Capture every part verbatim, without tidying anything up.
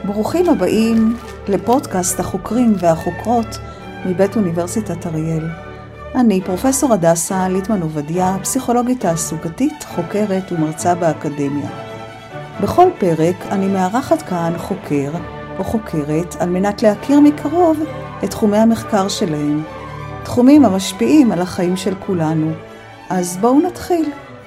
ברוכים הבאים לפודקאסט החוקרים והחוקרות מבית אוניברסיטת אריאל. אני פרופסור הדסה ליטמן עובדיה, פסיכולוגית תעסוקתית, חוקרת ומרצה באקדמיה. בכל פרק אני מארחת כאן חוקר או חוקרת על מנת להכיר מקרוב את תחומי המחקר שלהם, תחומים המשפיעים על החיים של כולנו. אז בואו נתחיל.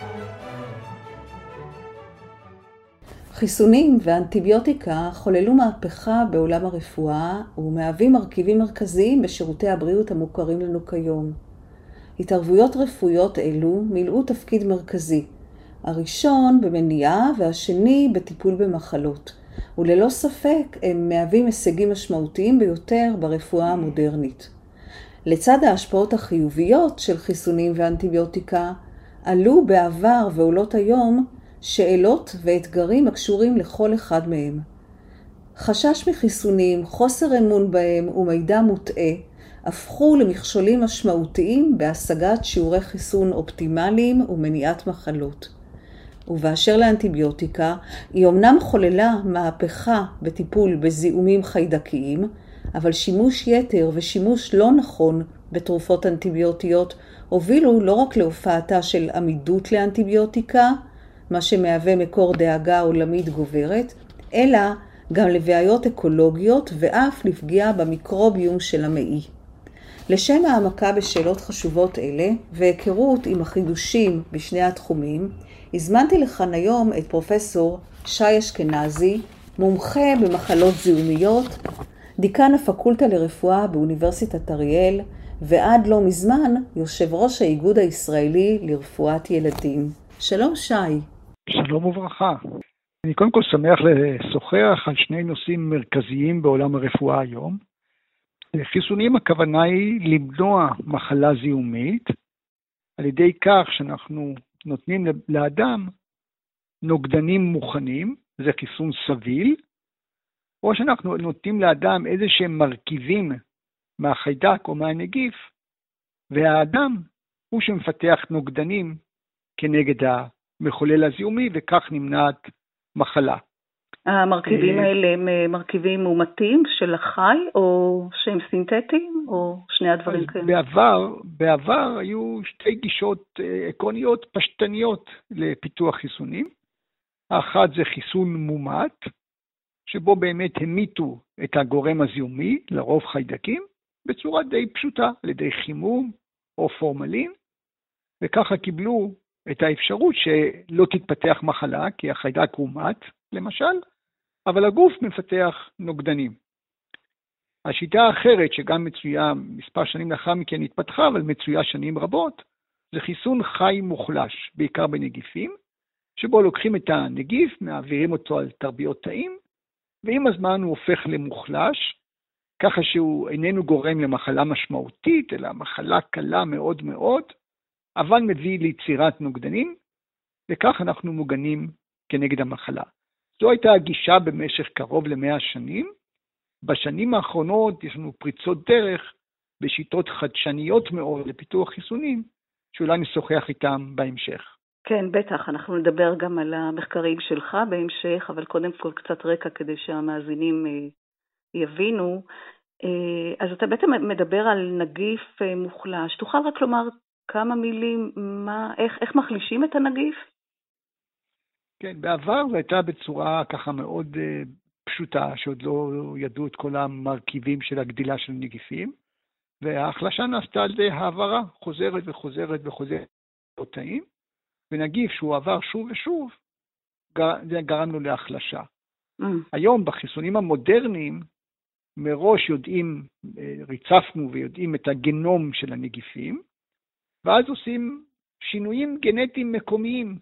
חיסונים ואנטיביוטיקה חוללו מהפכה בעולם הרפואה ומהווים מרכיבים מרכזיים בשירותי הבריאות המוכרים לנו כיום. התערבויות רפואיות אלו מילאו תפקיד מרכזי, הראשון במניעה והשני בטיפול במחלות, וללא ספק הם מהווים הישגים משמעותיים ביותר ברפואה המודרנית. לצד ההשפעות החיוביות של חיסונים ואנטיביוטיקה, עלו בעבר ועולות היום שאלות ואתגרים הקשורים לכל אחד מהם. חשש מחיסונים, חוסר אמון בהם ומידע מוטעה הפכו למכשולים משמעותיים בהשגת שיעורי חיסון אופטימליים ומניעת מחלות. ובאשר לאנטיביוטיקה, היא אומנם חוללה מהפכה בטיפול בזיהומים חיידקיים, אבל שימוש יתר ושימוש לא נכון בתרופות אנטיביוטיות הובילו לא רק להופעתה של עמידות לאנטיביוטיקה, מה שמהווה מקור דאגה עולמית גוברת, אלא גם לבעיות אקולוגיות ואף לפגיעה במיקרוביום של המעי. לשם העמקה בשאלות חשובות אלה והיכרות עם החידושים בשני התחומים, הזמנתי לכאן היום את פרופסור שי אשכנזי, מומחה במחלות זיהומיות, דיקן הפקולטה לרפואה באוניברסיטת אריאל, ועד לא מזמן יושב ראש האיגוד הישראלי לרפואת ילדים. שלום שי. שלום וברכה. אני קודם כל שמח לשוחח על שני נושאים מרכזיים בעולם הרפואה היום. חיסונים, הכוונה היא למנוע מחלה זיהומית, על ידי כך שאנחנו נותנים לאדם נוגדנים מוכנים, זה חיסון סביל, או שאנחנו נותנים לאדם איזה שהם מרכיבים מהחיידק או מהנגיף, והאדם הוא שמפתח נוגדנים כנגד המחולל הזיהומי, וכך נמנעת מחלה. המרכיבים האלה הם מרכיבים מאומתים של החי, או שהם סינתטיים, או שני הדברים כאלה? בעבר, בעבר היו שתי גישות עקרוניות פשטניות לפיתוח חיסונים. האחת זה חיסון מומת, שבו באמת המיתו את הגורם הזיהומי, לרוב חיידקים, בצורה די פשוטה, על ידי חימום או פורמלין, וככה קיבלו את האפשרות שלא תתפתח מחלה, כי החיידק הוא מת, למשל, אבל הגוף מפתח נוגדנים. השיטה האחרת, שגם מצויה מספר שנים לאחר מכן התפתחה, אבל מצויה שנים רבות, זה חיסון חי מוחלש, בעיקר בנגיפים, שבו לוקחים את הנגיף, מעבירים אותו על תרביות תאים, ועם הזמן הוא הופך למוחלש, ככה שהוא איננו גורם למחלה משמעותית, אלא מחלה קלה מאוד מאוד, אבל מביא ליצירת נוגדנים, וכך אנחנו מוגנים כנגד המחלה. זו הייתה הגישה במשך קרוב למאה שנים. בשנים האחרונות יש לנו פריצות דרך בשיטות חדשניות מאוד לפיתוח חיסונים, שאולי נשוחח איתם בהמשך. כן, בטח, אנחנו נדבר גם על המחקרים שלך בהמשך, אבל קודם כל קצת רקע כדי שהמאזינים יבינו. אז אתה בעצם מדבר על נגיף מוחלש. תוכל רק לומר כמה מילים, מה, איך, איך מחלישים את הנגיף? כן, בעבר זה הייתה בצורה ככה מאוד uh, פשוטה, שעוד לא ידעו את כל המרכיבים של הגדילה של נגיפים, וההחלשה נעשתה על ידי העברה חוזרת וחוזרת וחוזרת תאים, ונגיף שהוא עבר שוב ושוב, זה גרם לו להחלשה. Mm. היום בחיסונים המודרניים, מראש יודעים, ריצפנו ויודעים את הגנום של הנגיפים, ואז עושים שינויים גנטיים מקומיים,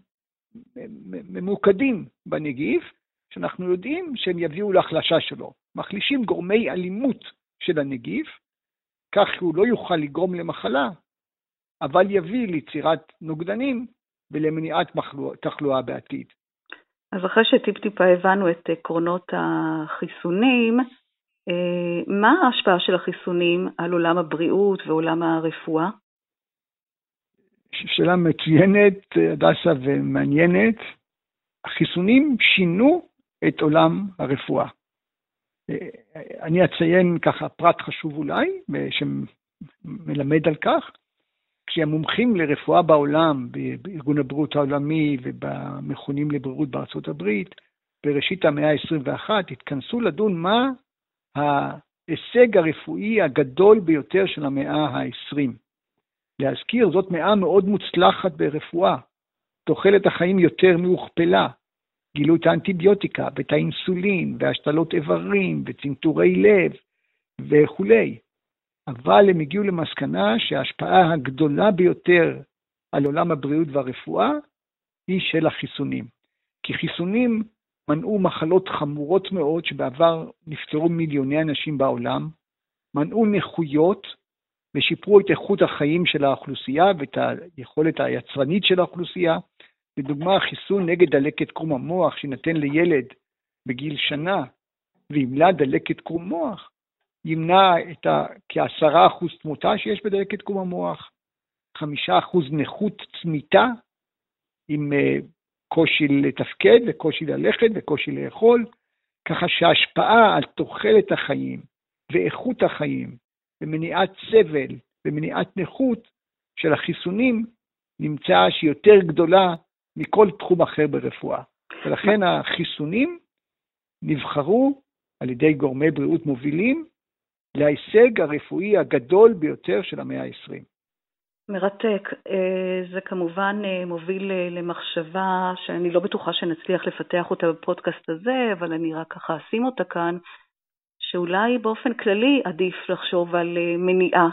ממוקדים בנגיף, שאנחנו יודעים שהם יביאו להחלשה שלו. מחלישים גורמי אלימות של הנגיף, כך שהוא לא יוכל לגרום למחלה, אבל יביא ליצירת נוגדנים ולמניעת תחלואה בעתיד. אז אחרי שטיפ-טיפה הבנו את עקרונות החיסונים, מה ההשפעה של החיסונים על עולם הבריאות ועולם הרפואה? שאלה מצוינת, הדסה, ומעניינת. החיסונים שינו את עולם הרפואה. אני אציין ככה פרט חשוב אולי, שמלמד על כך, כשהמומחים לרפואה בעולם, בארגון הבריאות העולמי ובמכונים לבריאות בארצות הברית, בראשית המאה ה-עשרים ואחת, התכנסו לדון מה ההישג הרפואי הגדול ביותר של המאה ה-עשרים. להזכיר, זאת מאה מאוד מוצלחת ברפואה. תוחלת החיים יותר מהוכפלה. גילו את האנטיביוטיקה, ואת האינסולין, והשתלות איברים, וצנתורי לב, וכו'. אבל הם הגיעו למסקנה שההשפעה הגדולה ביותר על עולם הבריאות והרפואה היא של החיסונים. כי חיסונים מנעו מחלות חמורות מאוד שבעבר נפטרו מיליוני אנשים בעולם, מנעו נכויות ושיפרו את איכות החיים של האוכלוסייה ואת היכולת היצרנית של האוכלוסייה. לדוגמה, חיסון נגד דלקת קרום המוח שנתן לילד בגיל שנה וימנע דלקת קרום מוח, ימנע את ה... כעשרה אחוז תמותה שיש בדלקת קרום המוח, חמישה אחוז נכות צמיתה עם uh, קושי לתפקד וקושי ללכת וקושי לאכול, ככה שההשפעה על תוחלת החיים ואיכות החיים ומניעת סבל ומניעת נכות של החיסונים נמצא שהיא יותר גדולה מכל תחום אחר ברפואה. ולכן החיסונים נבחרו על ידי גורמי בריאות מובילים להישג הרפואי הגדול ביותר של המאה ה-עשרים. מרתק. זה כמובן מוביל למחשבה שאני לא בטוחה שנצליח לפתח אותה בפודקאסט הזה, אבל אני רק ככה אשים אותה כאן, שאולי באופן כללי עדיף לחשוב על מניעה,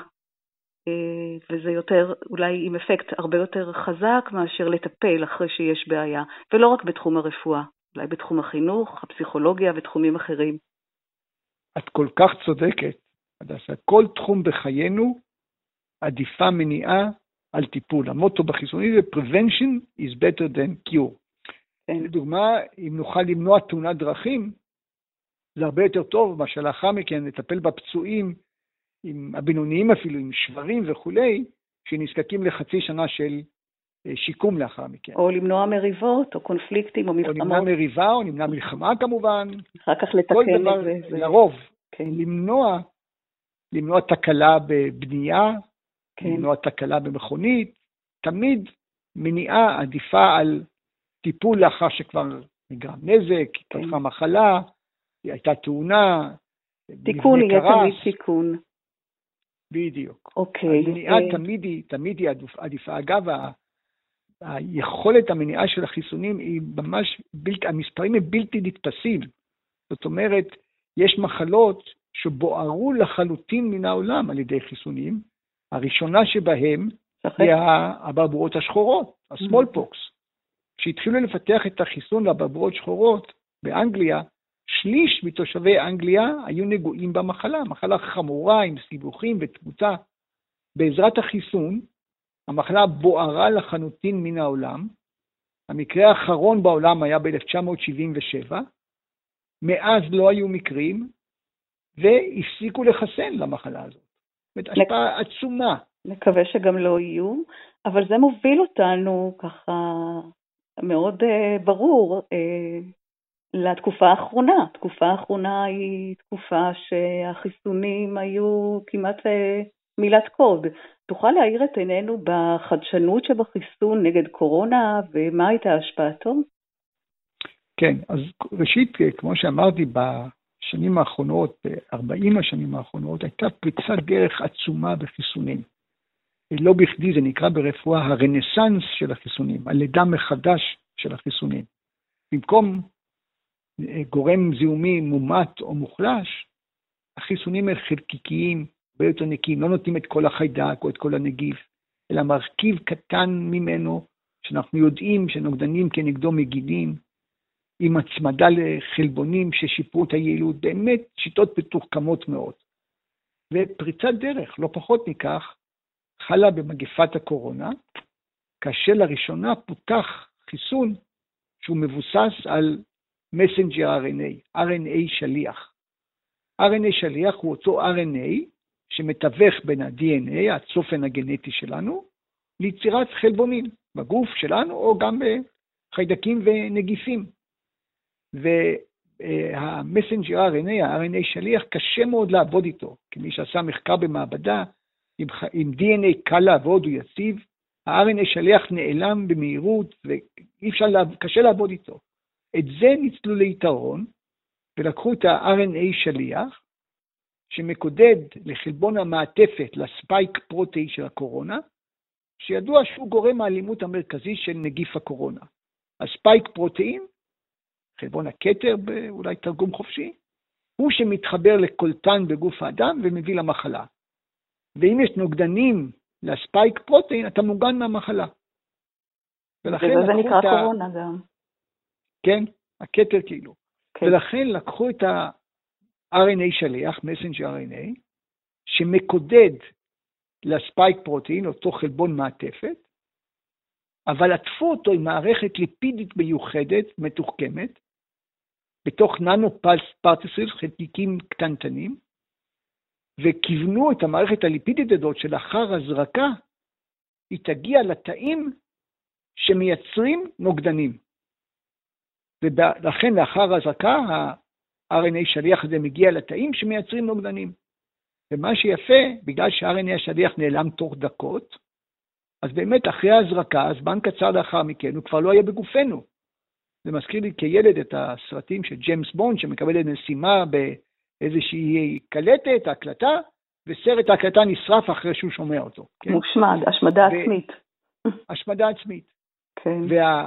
וזה יותר, אולי עם אפקט הרבה יותר חזק מאשר לטפל אחרי שיש בעיה, ולא רק בתחום הרפואה, אולי בתחום החינוך, הפסיכולוגיה ותחומים אחרים. את כל כך צודקת, הדסה. כל תחום בחיינו עדיפה מניעה על טיפול. המוטו בחיסונים זה prevention is better than cure. כן. לדוגמה, אם נוכל למנוע תאונת דרכים, זה הרבה יותר טוב, מה שלאחר מכן נטפל בפצועים, עם הבינוניים אפילו, עם שברים וכולי, שנזקקים לחצי שנה של שיקום לאחר מכן. או למנוע מריבות, או קונפליקטים, או מלחמות. או למנוע מריבה, או למנוע מלחמה כמובן. אחר כך לתקן כל דבר, את זה. לרוב, כן. למנוע, למנוע תקלה בבנייה, כן. למנוע תקלה במכונית, תמיד מניעה עדיפה על טיפול לאחר שכבר נגרם נזק, כן. התפתחה מחלה, הייתה תאונה, תיקון יהיה תמיד תיקון. בדיוק. אוקיי. המניעה תמיד היא, תמיד היא עדיפה. אגב, היכולת המניעה של החיסונים היא ממש, בלתי, המספרים הם בלתי נתפסים. זאת אומרת, יש מחלות שבוערו לחלוטין מן העולם על ידי חיסונים. הראשונה שבהם היא הברבורות השחורות, הסמולפוקס. כשהתחילו לפתח את החיסון לברבורות שחורות באנגליה, שליש מתושבי אנגליה היו נגועים במחלה, מחלה חמורה עם סיבוכים ותמותה. בעזרת החיסון, המחלה בוערה לחלוטין מן העולם. המקרה האחרון בעולם היה ב-אלף תשע מאות שבעים ושבע, מאז לא היו מקרים, והפסיקו לחסן למחלה הזאת. זאת השפעה עצומה. נקווה שגם לא יהיו, אבל זה מוביל אותנו ככה מאוד uh, ברור uh, לתקופה האחרונה. התקופה האחרונה היא תקופה שהחיסונים היו כמעט uh, מילת קוד. תוכל להאיר את עינינו בחדשנות שבחיסון נגד קורונה ומה הייתה השפעתו? כן, אז ראשית, כמו שאמרתי, בשנים האחרונות, ארבעים השנים האחרונות, הייתה פריצת דרך עצומה בחיסונים. לא בכדי זה נקרא ברפואה הרנסנס של החיסונים, הלידה מחדש של החיסונים. במקום גורם זיהומי מומט או מוחלש, החיסונים הם חלקיקיים, הרבה יותר נקיים, לא נותנים את כל החיידק או את כל הנגיף, אלא מרכיב קטן ממנו, שאנחנו יודעים שנוגדנים כנגדו מגינים, עם הצמדה לחלבונים ששיפרו את היעילות, באמת שיטות מתוחכמות מאוד. ופריצת דרך, לא פחות מכך, חלה במגפת הקורונה, כאשר לראשונה פותח חיסון שהוא מבוסס על מסנג'ר אר אן איי, אר אן איי שליח. אר אן איי שליח הוא אותו אר אן איי שמתווך בין ה-די אן איי, הצופן הגנטי שלנו, ליצירת חלבונים בגוף שלנו או גם בחיידקים ונגיפים. המסנג'ר אר אן איי, ה-אר אן איי שליח, קשה מאוד לעבוד איתו. כמי שעשה מחקר במעבדה, עם, עם די אן איי קל לעבוד, הוא יציב, ה-אר אן איי שליח נעלם במהירות, ואי אפשר, קשה לעבוד איתו. את זה ניצלו ליתרון, ולקחו את ה-אר אן איי שליח, שמקודד לחלבון המעטפת, לספייק פרוטאין של הקורונה, שידוע שהוא גורם האלימות המרכזי של נגיף הקורונה. הספייק פרוטאין, חלבון הכתר, אולי תרגום חופשי, הוא שמתחבר לקולטן בגוף האדם ומביא למחלה. ואם יש נוגדנים לספייק פרוטאין, אתה מוגן מהמחלה. ולכן זה נקרא קורונה גם. כן, הכתר כאילו. כן. ולכן לקחו את ה-אר אן איי שליח, מסנג'ר אר אן איי, שמקודד לספייק פרוטאין, אותו חלבון מעטפת, אבל עטפו אותו עם מערכת ליפידית מיוחדת, מתוחכמת, בתוך ננו פרטיסלס, חלקיקים קטנטנים, וכיוונו את המערכת הליפידית הזאת שלאחר הזרקה, היא תגיע לתאים שמייצרים נוגדנים. ולכן לאחר הזרקה, ה-אר אן איי שליח הזה מגיע לתאים שמייצרים נוגדנים. ומה שיפה, בגלל שה-אר אן איי השליח נעלם תוך דקות, אז באמת אחרי ההזרקה, זמן קצר לאחר מכן, הוא כבר לא היה בגופנו. זה מזכיר לי כילד את הסרטים של ג'יימס בונד, שמקבל את משימה באיזושהי קלטת, הקלטה, וסרט ההקלטה נשרף אחרי שהוא שומע אותו. כן? מושמד, השמדה עצמית. השמדה עצמית. כן.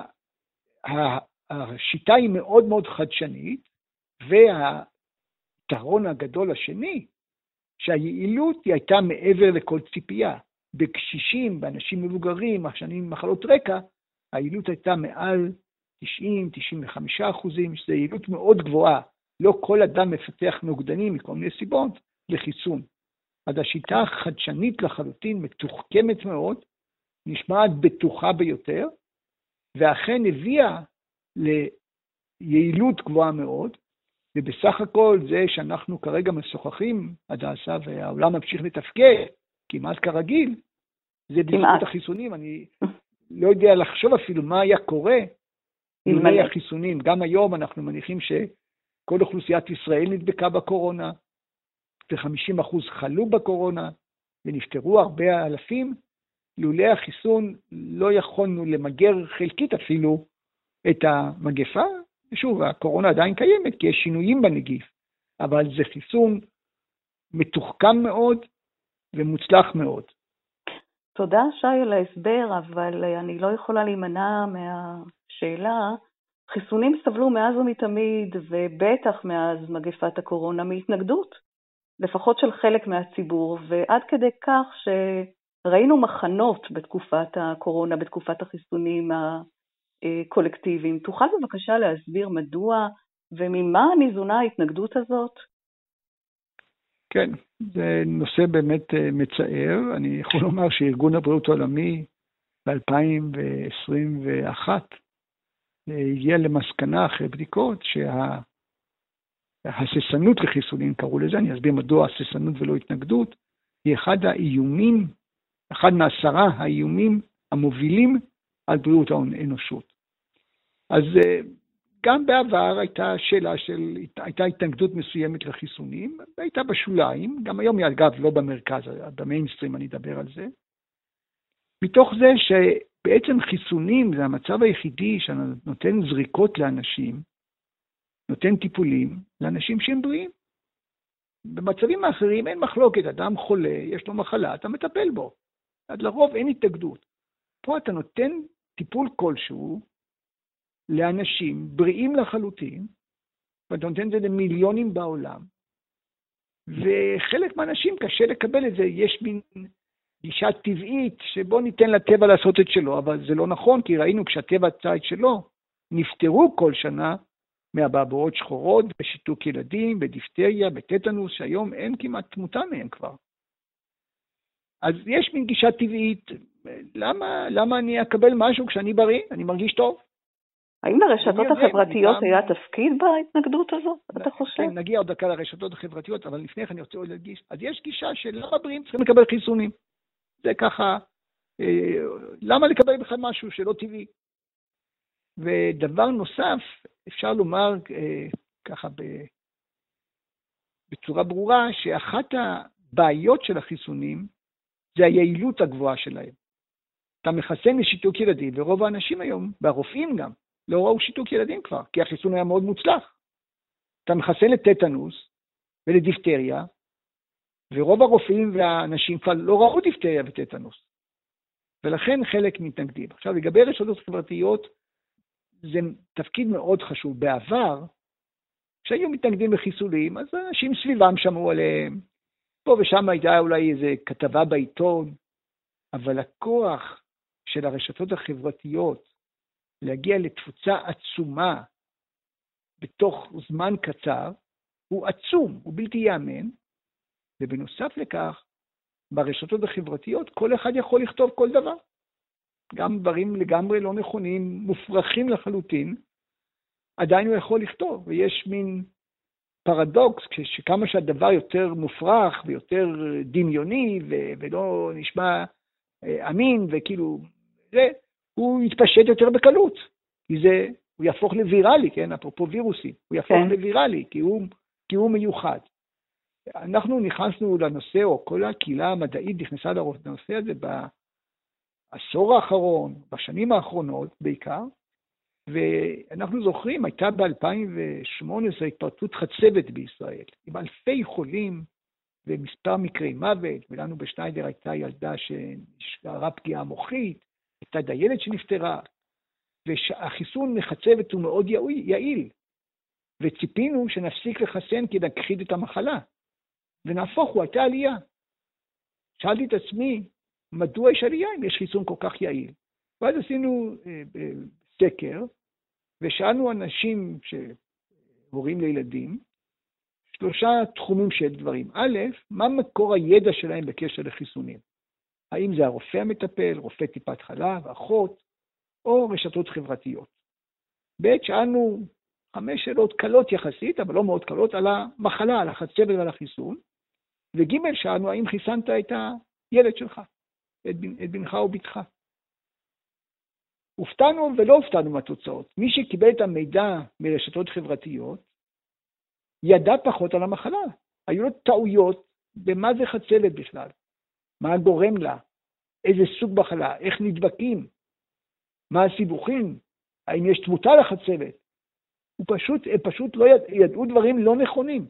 והשיטה היא מאוד מאוד חדשנית, והיתרון הגדול השני, שהיעילות היא הייתה מעבר לכל ציפייה. בקשישים, באנשים מבוגרים, אנשים עם מחלות רקע, היעילות הייתה מעל תשעים עד תשעים וחמישה אחוזים, שזו יעילות מאוד גבוהה. לא כל אדם מפתח נוגדנים מכל מיני סיבות לחיסון. אז השיטה חדשנית לחלוטין, מתוחכמת מאוד, נשמעת בטוחה ביותר, ואכן הביאה ליעילות גבוהה מאוד, ובסך הכל זה שאנחנו כרגע משוחחים, הדסה, והעולם ממשיך לתפקד, כמעט כרגיל, זה בזכות החיסונים. אני לא יודע לחשוב אפילו מה היה קורה עם החיסונים. גם היום אנחנו מניחים שכל אוכלוסיית ישראל נדבקה בקורונה, ו-חמישים אחוז חלו בקורונה, ונפטרו הרבה אלפים. לולא החיסון לא יכולנו למגר חלקית אפילו את המגפה. ושוב, הקורונה עדיין קיימת, כי יש שינויים בנגיף, אבל זה חיסון מתוחכם מאוד, ומוצלח מאוד. תודה שי על ההסבר, אבל אני לא יכולה להימנע מהשאלה, חיסונים סבלו מאז ומתמיד, ובטח מאז מגפת הקורונה, מהתנגדות, לפחות של חלק מהציבור, ועד כדי כך שראינו מחנות בתקופת הקורונה, בתקופת החיסונים הקולקטיביים. תוכל בבקשה להסביר מדוע וממה ניזונה ההתנגדות הזאת? כן, זה נושא באמת מצער. אני יכול לומר שארגון הבריאות העולמי ב-אלפיים עשרים ואחת הגיע למסקנה אחרי בדיקות שההססנות לחיסונים, קראו לזה, אני אסביר מדוע הססנות ולא התנגדות, היא אחד האיומים, אחד מעשרה האיומים המובילים על בריאות האנושות. אז גם בעבר הייתה שאלה של, הייתה התנגדות מסוימת לחיסונים, והייתה בשוליים, גם היום היא אגב לא במרכז, במיינסטרים אני אדבר על זה, מתוך זה שבעצם חיסונים זה המצב היחידי שנותן זריקות לאנשים, נותן טיפולים לאנשים שהם בריאים. במצבים האחרים אין מחלוקת, אדם חולה, יש לו מחלה, אתה מטפל בו. עד לרוב אין התנגדות. פה אתה נותן טיפול כלשהו, לאנשים בריאים לחלוטין, ואתה נותן את זה למיליונים בעולם, וחלק מהאנשים קשה לקבל את זה, יש מין גישה טבעית, שבו ניתן לטבע לעשות את שלו, אבל זה לא נכון, כי ראינו כשהטבע עשה את שלו, נפטרו כל שנה מהבעבועות שחורות, בשיתוק ילדים, בדיפתריה, בטטנוס, שהיום אין כמעט תמותה מהם כבר. אז יש מין גישה טבעית, למה, למה אני אקבל משהו כשאני בריא? אני מרגיש טוב. האם לרשתות החברתיות היה תפקיד בהתנגדות הזאת, אתה חושב? כן, נגיע עוד דקה לרשתות החברתיות, אבל לפני כן אני רוצה עוד להדגיש, אז יש גישה של למה בריאים צריכים לקבל חיסונים. זה ככה, למה לקבל בכלל משהו שלא טבעי? ודבר נוסף, אפשר לומר ככה ב... בצורה ברורה, שאחת הבעיות של החיסונים זה היעילות הגבוהה שלהם. אתה מחסן לשיתוק ילדים, ורוב האנשים היום, והרופאים גם, לא ראו שיתוק ילדים כבר, כי החיסון היה מאוד מוצלח. אתה מחסן לטטנוס ולדיפטריה, ורוב הרופאים והאנשים כבר לא ראו דיפטריה וטטנוס. ולכן חלק מתנגדים. עכשיו, לגבי רשתות חברתיות, זה תפקיד מאוד חשוב. בעבר, כשהיו מתנגדים לחיסולים, אז אנשים סביבם שמעו עליהם. פה ושם הייתה אולי איזו כתבה בעיתון, אבל הכוח של הרשתות החברתיות להגיע לתפוצה עצומה בתוך זמן קצר, הוא עצום, הוא בלתי יאמן, ובנוסף לכך, ברשתות החברתיות כל אחד יכול לכתוב כל דבר. גם דברים לגמרי לא נכונים, מופרכים לחלוטין, עדיין הוא יכול לכתוב, ויש מין פרדוקס, שכמה שהדבר יותר מופרך ויותר דמיוני ו- ולא נשמע אמין, וכאילו זה, הוא יתפשט יותר בקלות, כי זה, הוא יהפוך לוויראלי, כן, אפרופו וירוסים, הוא יהפוך כן. לוויראלי, כי הוא, כי הוא מיוחד. אנחנו נכנסנו לנושא, או כל הקהילה המדעית נכנסה לנושא הזה בעשור האחרון, בשנים האחרונות בעיקר, ואנחנו זוכרים, הייתה ב-אלפיים ושמונה עשרה התפרצות חצבת בישראל, עם אלפי חולים ומספר מקרי מוות, ולנו בשניידר הייתה ילדה שנשארה פגיעה מוחית, הייתה דיילת שנפטרה, והחיסון מחצבת הוא מאוד יעיל, וציפינו שנפסיק לחסן כי נכחיד את המחלה, ונהפוך הוא, הייתה עלייה. שאלתי את עצמי, מדוע יש עלייה אם יש חיסון כל כך יעיל? ואז עשינו אה, אה, סקר, ושאלנו אנשים שהורים לילדים, שלושה תחומים של דברים. א', מה מקור הידע שלהם בקשר לחיסונים? האם זה הרופא המטפל, רופא טיפת חלב, אחות, או רשתות חברתיות? ב', שאלנו חמש שאלות קלות יחסית, אבל לא מאוד קלות, על המחלה, על החצבת ועל החיסון. וג', שאלנו האם חיסנת את הילד שלך, את, בנ, את בנך או בתך. הופתענו ולא הופתענו מהתוצאות. מי שקיבל את המידע מרשתות חברתיות, ידע פחות על המחלה. היו לו טעויות במה זה חצבת בכלל, מה גורם לה, איזה סוג מחלה, איך נדבקים, מה הסיבוכים, האם יש תמותה לחצבת. הוא פשוט, פשוט לא יד, ידעו דברים לא נכונים.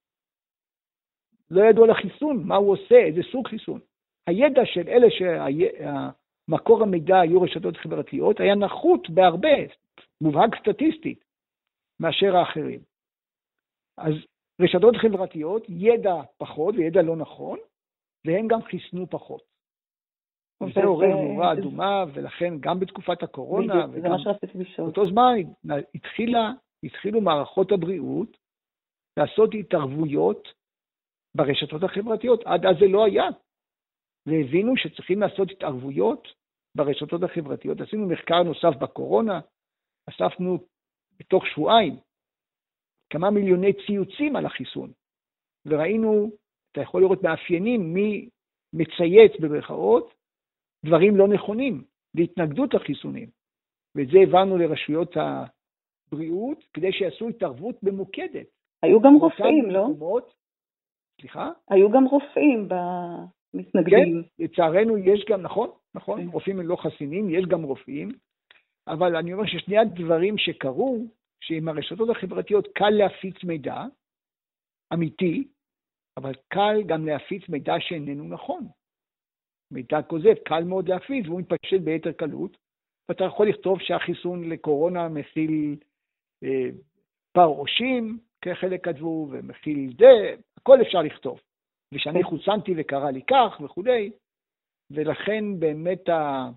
לא ידעו על החיסון, מה הוא עושה, איזה סוג חיסון. הידע של אלה שהמקור המידע היו רשתות חברתיות, היה נחות בהרבה, מובהק סטטיסטית, מאשר האחרים. אז רשתות חברתיות, ידע פחות וידע לא נכון, והם גם חיסנו פחות. וזה עורר נורה אדומה, ולכן גם בתקופת הקורונה, וגם באותו זמן התחילה, התחילו מערכות הבריאות לעשות התערבויות ברשתות החברתיות. עד אז זה לא היה. והבינו שצריכים לעשות התערבויות ברשתות החברתיות. עשינו מחקר נוסף בקורונה, אספנו בתוך שבועיים כמה מיליוני ציוצים על החיסון, וראינו, אתה יכול לראות מאפיינים מי מצייץ במרכאות, דברים לא נכונים, להתנגדות החיסונים. ואת זה הבנו לרשויות הבריאות, כדי שיעשו התערבות ממוקדת. היו גם רופאים, לא? מקומות, סליחה? היו גם רופאים במתנגדים. כן, לצערנו יש גם, נכון, נכון, כן. רופאים הם לא חסינים, יש גם רופאים, אבל אני אומר ששני הדברים שקרו, שעם הרשתות החברתיות קל להפיץ מידע אמיתי, אבל קל גם להפיץ מידע שאיננו נכון. מידע כוזב, קל מאוד להפיץ, והוא מתפשט ביתר קלות, ואתה יכול לכתוב שהחיסון לקורונה מכיל אה, פרעושים, כחלק כתבו, ומכיל זה, הכל אפשר לכתוב. ושאני חוסנתי וקרא לי כך וכו'. ולכן באמת ה...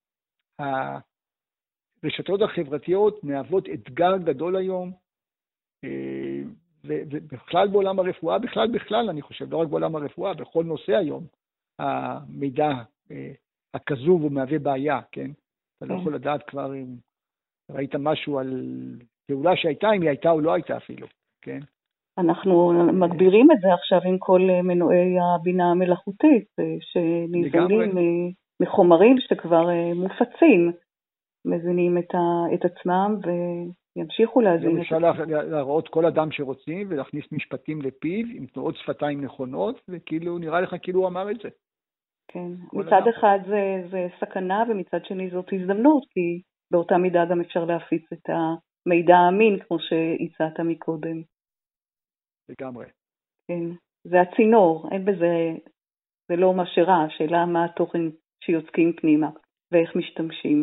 הרשתות החברתיות מהוות אתגר גדול היום, ובכלל בעולם הרפואה, בכלל בכלל אני חושב, לא רק בעולם הרפואה, בכל נושא היום, המידע הכזוב הוא מהווה בעיה, כן? אתה לא יכול לדעת כבר אם ראית משהו על פעולה שהייתה, אם היא הייתה או לא הייתה אפילו, כן? אנחנו מגבירים את זה עכשיו עם כל מנועי הבינה המלאכותית, שניזונים מחומרים שכבר מופצים, מבינים את, ה, את עצמם ימשיכו להזין היום את אפשר לה- לה- להראות כל אדם שרוצים ולהכניס משפטים לפיו עם תנועות שפתיים נכונות, וכאילו נראה לך כאילו הוא אמר את זה. כן. כל מצד אדם. אחד זה, זה סכנה, ומצד שני זאת הזדמנות, כי באותה מידה גם אפשר להפיץ את המידע האמין, כמו שהצעת מקודם. לגמרי. כן. זה הצינור, אין בזה, זה לא מה שרע, השאלה מה התוכן שיוצקים פנימה ואיך משתמשים.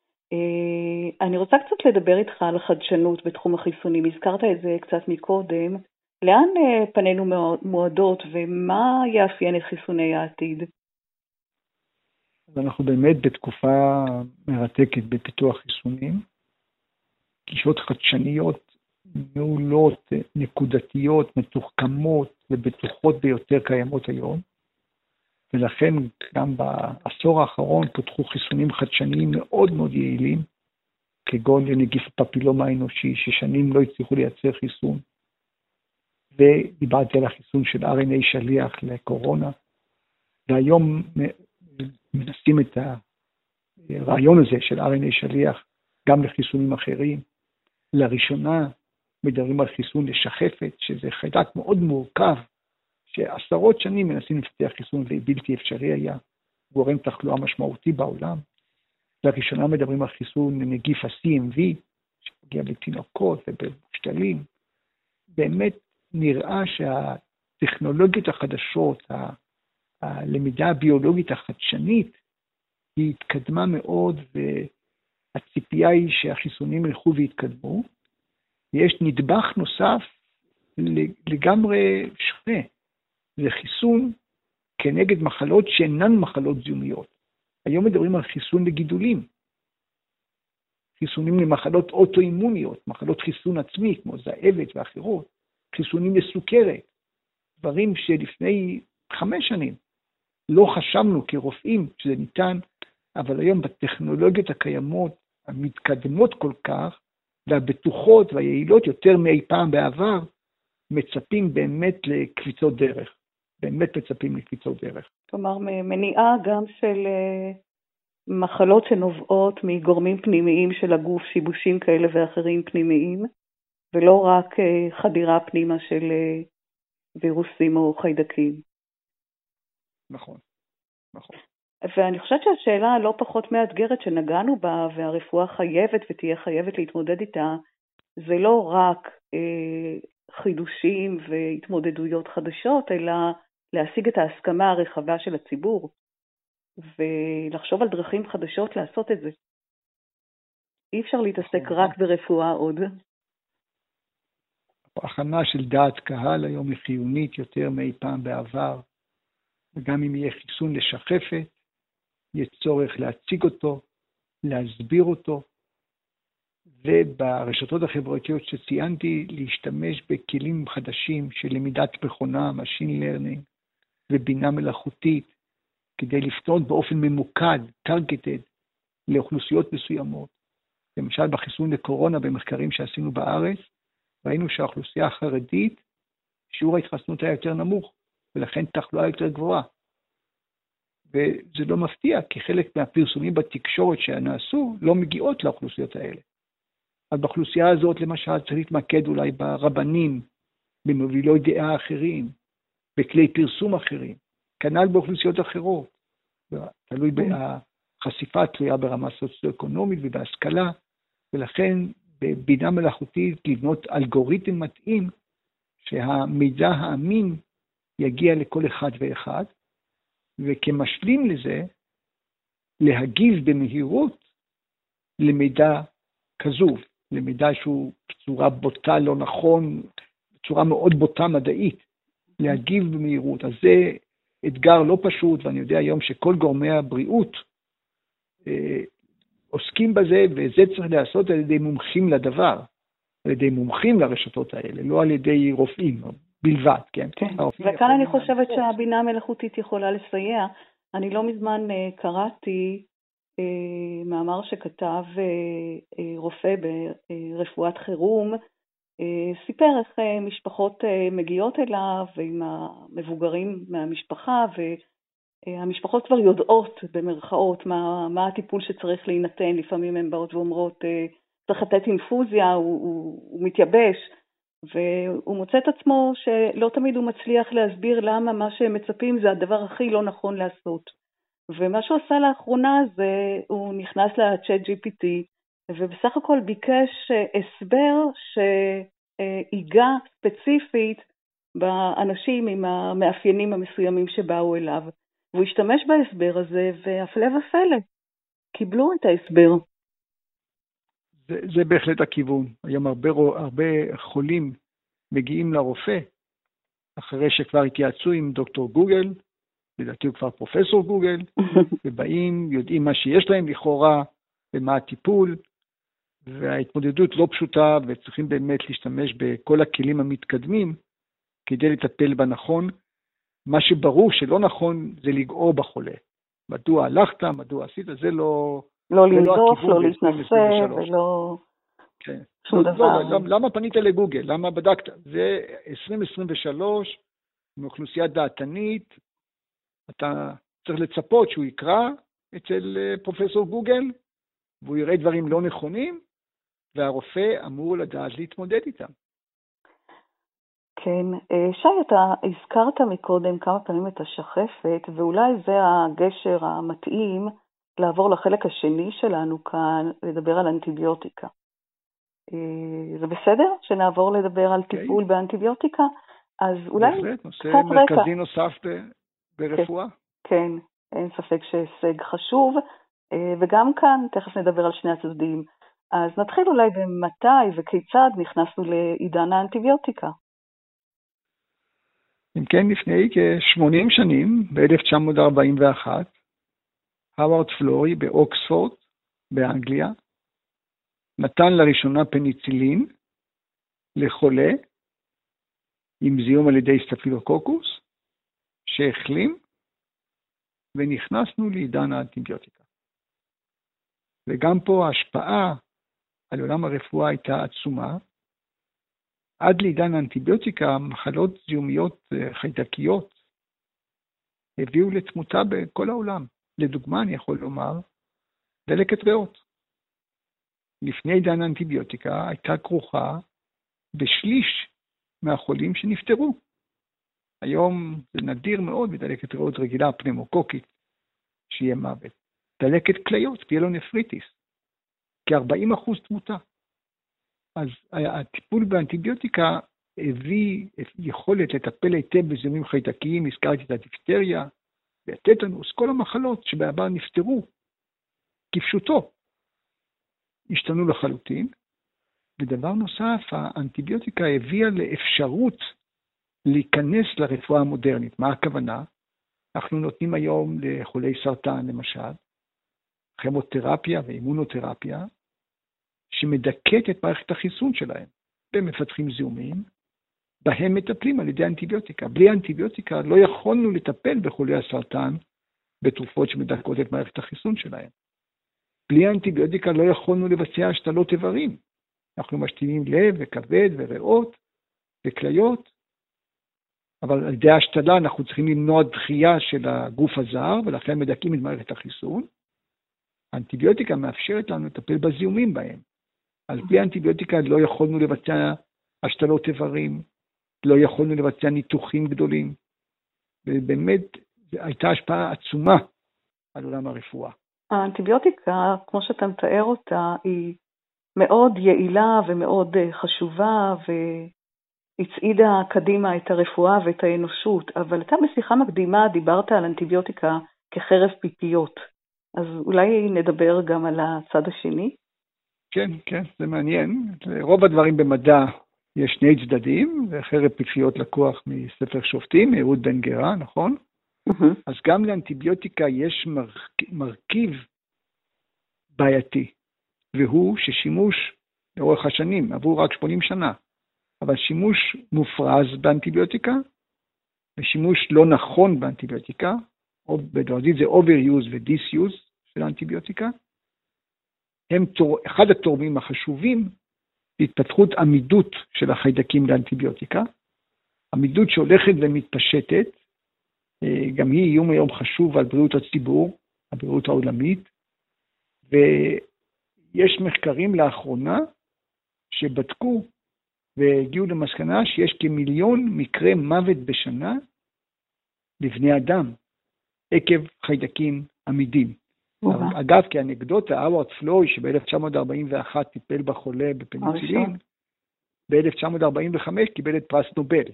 אה, אני רוצה קצת לדבר איתך על החדשנות בתחום החיסונים. הזכרת את זה קצת מקודם. לאן אה, פנינו מועדות ומה יאפיין את חיסוני העתיד? אז אנחנו באמת בתקופה מרתקת בפיתוח חיסונים. גישות חדשניות, מעולות, נקודתיות, מתוחכמות ובטוחות ביותר קיימות היום. ולכן גם בעשור האחרון פותחו חיסונים חדשניים מאוד מאוד יעילים, כגון לנגיף הפפילומה האנושי, ששנים לא הצליחו לייצר חיסון. ודיברתי על החיסון של אר אן איי שליח לקורונה, והיום מנסים את הרעיון הזה של אר אן איי שליח גם לחיסונים אחרים. לראשונה מדברים על חיסון לשחפת, שזה חיידק מאוד מורכב, שעשרות שנים מנסים לפתח חיסון ובלתי אפשרי היה, גורם תחלואה משמעותי בעולם. לראשונה מדברים על חיסון לנגיף ה-סי אם וי, שפוגע בתינוקות ובמשתלים. באמת נראה שהטכנולוגיות החדשות, הלמידה הביולוגית החדשנית, היא התקדמה מאוד, והציפייה היא שהחיסונים ילכו והתקדמו. יש נדבך נוסף לגמרי שונה, זה חיסון כנגד מחלות שאינן מחלות זיהומיות. היום מדברים על חיסון לגידולים, חיסונים למחלות אוטואימוניות, מחלות חיסון עצמי כמו זאבת ואחרות, חיסונים לסוכרת, דברים שלפני חמש שנים לא חשבנו כרופאים שזה ניתן, אבל היום בטכנולוגיות הקיימות, המתקדמות כל כך, והבטוחות והיעילות יותר מאי פעם בעבר, מצפים באמת לקפיצות דרך. באמת מצפים לקפיצות דרך. כלומר, מניעה גם של מחלות שנובעות מגורמים פנימיים של הגוף, שיבושים כאלה ואחרים פנימיים, ולא רק חדירה פנימה של וירוסים או חיידקים. נכון, נכון. ואני חושבת שהשאלה הלא פחות מאתגרת שנגענו בה, והרפואה חייבת ותהיה חייבת להתמודד איתה, זה לא רק אה, חידושים והתמודדויות חדשות, אלא להשיג את ההסכמה הרחבה של הציבור, ולחשוב על דרכים חדשות לעשות את זה. אי אפשר להתעסק רק ברפואה עוד. ההכנה של דעת קהל היום היא חיונית יותר מאי פעם בעבר, וגם אם יהיה חיסון לשחפת, יהיה צורך להציג אותו, להסביר אותו, וברשתות החברתיות שציינתי, להשתמש בכלים חדשים של למידת מכונה, machine learning, ובינה מלאכותית, כדי לפנות באופן ממוקד, targeted, לאוכלוסיות מסוימות. למשל בחיסון לקורונה, במחקרים שעשינו בארץ, ראינו שהאוכלוסייה החרדית, שיעור ההתחסנות היה יותר נמוך, ולכן תחלואה יותר גבוהה. וזה לא מפתיע, כי חלק מהפרסומים בתקשורת שנעשו לא מגיעות לאוכלוסיות האלה. אז באוכלוסייה הזאת, למשל, צריך להתמקד אולי ברבנים, במובילי דעה אחרים, בכלי פרסום אחרים, כנ"ל באוכלוסיות אחרות. תלוי בחשיפה תלויה ברמה סוציו-אקונומית ובהשכלה, ולכן בבינה מלאכותית לבנות אלגוריתם מתאים, שהמידע האמין יגיע לכל אחד ואחד, וכמשלים לזה, להגיב במהירות למידע כזוב, למידע שהוא בצורה בוטה לא נכון, בצורה מאוד בוטה מדעית, להגיב במהירות. אז זה אתגר לא פשוט, ואני יודע היום שכל גורמי הבריאות אה, עוסקים בזה, וזה צריך לעשות על ידי מומחים לדבר, על ידי מומחים לרשתות האלה, לא על ידי רופאים בלבד, כן? כן. וכאן אני חושבת שהבינה המלאכותית יכולה לסייע. אני לא מזמן uh, קראתי uh, מאמר שכתב uh, uh, רופא ברפואת חירום, uh, סיפר איך uh, משפחות uh, מגיעות אליו עם המבוגרים מהמשפחה, והמשפחות כבר יודעות במרכאות מה, מה הטיפול שצריך להינתן. לפעמים הן באות ואומרות, uh, צריך לתת אינפוזיה, הוא, הוא, הוא מתייבש, והוא מוצא את עצמו שלא תמיד הוא מצליח להסביר למה מה שהם מצפים זה הדבר הכי לא נכון לעשות. ומה שהוא עשה לאחרונה זה, הוא נכנס ל-צ'אט ג'י פי טי, ובסך הכל ביקש הסבר שהיגע ספציפית באנשים עם המאפיינים המסוימים שבאו אליו. והוא השתמש בהסבר הזה, והפלא ופלא, קיבלו את ההסבר. זה, זה בהחלט הכיוון. היום הרבה, הרבה חולים מגיעים לרופא, אחרי שכבר התייעצו עם דוקטור גוגל, לדעתי הוא כבר פרופסור גוגל, ובאים, יודעים מה שיש להם לכאורה, ומה הטיפול, וההתמודדות לא פשוטה, וצריכים באמת להשתמש בכל הכלים המתקדמים, כדי לטפל בנכון. מה שברור שלא נכון זה לגעור בחולה. מדוע הלכת, מדוע עשית, זה לא... לא לנדוף, לא להתנסה, ולא... כן. שום דבר. לא, למה, למה פנית לגוגל? למה בדקת? זה עשרים עשרים ושלוש, מאוכלוסייה דעתנית, אתה צריך לצפות שהוא יקרא אצל פרופסור גוגל, והוא יראה דברים לא נכונים, והרופא אמור לדעת להתמודד איתם. כן, שי, אתה הזכרת מקודם כמה פעמים את השחפת, ואולי זה הגשר המתאים לעבור לחלק השני שלנו כאן, לדבר על אנטיביוטיקה. זה בסדר שנעבור לדבר על טיפול באנטיביוטיקה? אז אולי בהחלט, נושא מרכזי נוסף ברפואה. כן, אין ספק שהישג חשוב, וגם כאן תכף נדבר על שני הצדדים. אז נתחיל אולי במתי וכיצד נכנסנו לעידן האנטיביוטיקה. אם כן, לפני כ-שמונים שנים, ב-אלף תשע מאות ארבעים ואחת, הווארד פלורי באוקספורד, באנגליה, נתן לראשונה פניצילין לחולה עם זיהום על ידי סטאפילוקוקוס, שהחלים, ונכנסנו לעידן האנטיביוטיקה. וגם פה ההשפעה על עולם הרפואה הייתה עצומה. עד לעידן האנטיביוטיקה, מחלות זיהומיות חיידקיות הביאו לתמותה בכל העולם. לדוגמה, אני יכול לומר, דלקת ריאות. לפני עידן האנטיביוטיקה הייתה כרוכה בשליש מהחולים שנפטרו. היום זה נדיר מאוד בדלקת ריאות רגילה פנאומוקוקית שיהיה מוות. דלקת כליות, פילונפריטיס, כ-ארבעים אחוז תמותה. אז הטיפול באנטיביוטיקה הביא יכולת לטפל היטב בזיהומים חיידקיים, הזכרתי את הדיפתריה, והטטנוס, כל המחלות שבעבר נפטרו, כפשוטו, השתנו לחלוטין. ודבר נוסף, האנטיביוטיקה הביאה לאפשרות להיכנס לרפואה המודרנית. מה הכוונה? אנחנו נותנים היום לחולי סרטן, למשל, כימותרפיה ואימונותרפיה, שמדכאת את מערכת החיסון שלהם, במפתחים זיהומים, בהם מטפלים על ידי אנטיביוטיקה. בלי אנטיביוטיקה לא יכולנו לטפל בחולי הסרטן בתרופות שמדכאות את מערכת החיסון שלהם. בלי אנטיביוטיקה לא יכולנו לבצע השתלות איברים. אנחנו משתילים לב וכבד וריאות וכליות, אבל על ידי ההשתלה אנחנו צריכים למנוע דחייה של הגוף הזר, ולכן מדכאים את מערכת החיסון. האנטיביוטיקה מאפשרת לנו לטפל בזיהומים בהם. על פי האנטיביוטיקה לא יכולנו לבצע השתלות איברים, לא יכולנו לבצע ניתוחים גדולים, ובאמת הייתה השפעה עצומה על עולם הרפואה. האנטיביוטיקה, כמו שאתה מתאר אותה, היא מאוד יעילה ומאוד חשובה, והצעידה קדימה את הרפואה ואת האנושות, אבל אתה בשיחה מקדימה דיברת על אנטיביוטיקה כחרב פיפיות, אז אולי נדבר גם על הצד השני? כן, כן, זה מעניין. רוב הדברים במדע יש שני צדדים, וחרב פיפיות לקוח מספר שופטים, אהוד בן גרה, נכון? Mm-hmm. אז גם לאנטיביוטיקה יש מרכיב בעייתי, והוא ששימוש לאורך השנים, עבור רק שמונים שנה, אבל שימוש מופרז באנטיביוטיקה, ושימוש לא נכון באנטיביוטיקה, או בדרזית זה overuse ו-disuse של האנטיביוטיקה, הם תור... אחד התורמים החשובים להתפתחות עמידות של החיידקים לאנטיביוטיקה, עמידות שהולכת ומתפשטת, גם היא איום היום חשוב על בריאות הציבור, הבריאות העולמית, יש מחקרים לאחרונה שבדקו והגיעו למסקנה שיש כמיליון מקרי מוות בשנה לבני אדם עקב חיידקים עמידים. אגב, כאנקדוטה, האווארד פלוי שב-אלף תשע מאות ארבעים ואחת טיפל בחולה בפניצילין, ב-אלף תשע מאות ארבעים וחמש קיבל את פרס נובל.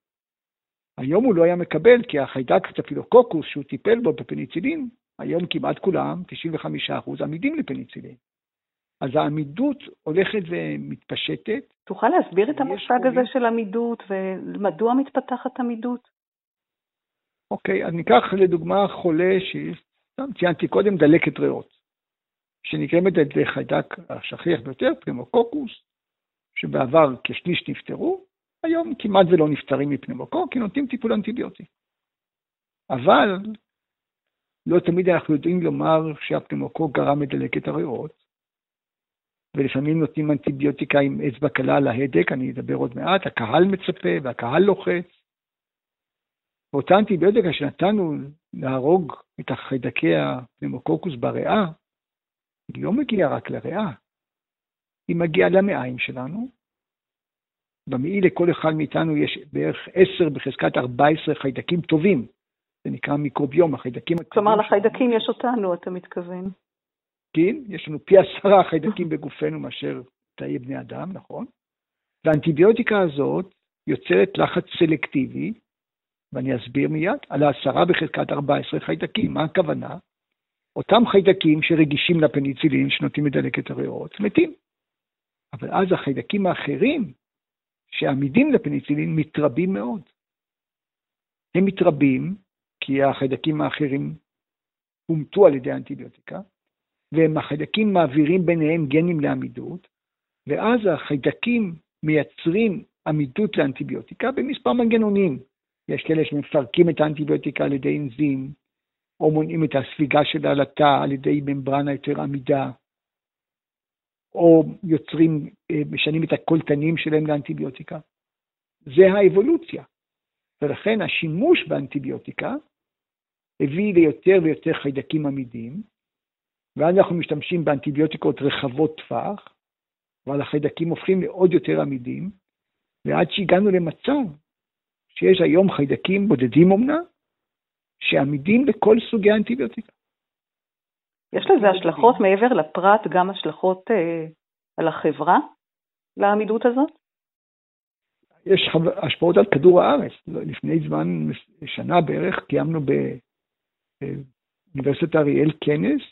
היום הוא לא היה מקבל, כי החיידק סטאפילוקוקוס שהוא טיפל בו בפניצילין, היום כמעט כולם, תשעים וחמישה אחוז, עמידים לפניצילין. אז העמידות הולכת ומתפשטת. תוכל להסביר את המושג הזה של עמידות, ומדוע מתפתחת עמידות? אוקיי, אז ניקח לדוגמה חולה שציינתי קודם, דלקת ריאות, שנגרמת על ידי חיידק השכיח ביותר, פנאומוקוקוס, שבעבר כשליש נפטרו, היום כמעט ולא נפטרים מפנאומוקוק, כי נותנים טיפול אנטיביוטי. אבל לא תמיד אנחנו יודעים לומר שהפנאומוקוק גרם לדלקת הריאות, ולפעמים נותנים אנטיביוטיקה עם אצבע קלה על ההדק, אני אדבר עוד מעט, הקהל מצפה והקהל לוחץ. ואותה אנטיביוטיקה שנתנו להרוג את החיידקי הפנאומוקוקוס בריאה, היא לא מגיעה רק לריאה, היא מגיעה למעיים שלנו. במעי לכל אחד מאיתנו יש בערך עשר בחזקת ארבע עשרה חיידקים טובים, זה נקרא מיקרוביום, החיידקים... כלומר, לחיידקים יש אותנו, אתה מתכוון. כן, יש לנו פי עשרה חיידקים בגופנו מאשר תאי בני אדם, נכון? והאנטיביוטיקה הזאת יוצרת לחץ סלקטיבי, ואני אסביר מיד, על העשרה בחזקת ארבע עשרה חיידקים. מה הכוונה? אותם חיידקים שרגישים לפניצילין, שנותנים לדלקת הריאות, מתים. אבל אז החיידקים האחרים, שעמידים לפניצילין, מתרבים מאוד. הם מתרבים, כי החיידקים האחרים הומתו על ידי האנטיביוטיקה, והם החיידקים מעבירים ביניהם גנים לעמידות, ואז החיידקים מייצרים עמידות לאנטיביוטיקה במספר מנגנונים. יש כאלה שמפרקים את האנטיביוטיקה על ידי אנזים, או מונעים את הספיגה של העלתה על ידי ממברנה יותר עמידה, או יוצרים, משנים את הקולטנים שלהם לאנטיביוטיקה. זה האבולוציה. ולכן השימוש באנטיביוטיקה הביא ליותר ויותר חיידקים עמידים, ואז אנחנו משתמשים באנטיביוטיקות רחבות טווח, אבל החיידקים הופכים לעוד יותר עמידים, ועד שהגענו למצב שיש היום חיידקים בודדים אומנה, שעמידים לכל סוגי האנטיביוטיקה. יש לזה השלכות מעבר לפרט, גם השלכות אה, על החברה, לעמידות הזאת? יש השפעות על כדור הארץ. לפני זמן, שנה בערך, קיימנו באוניברסיטת אריאל כנס,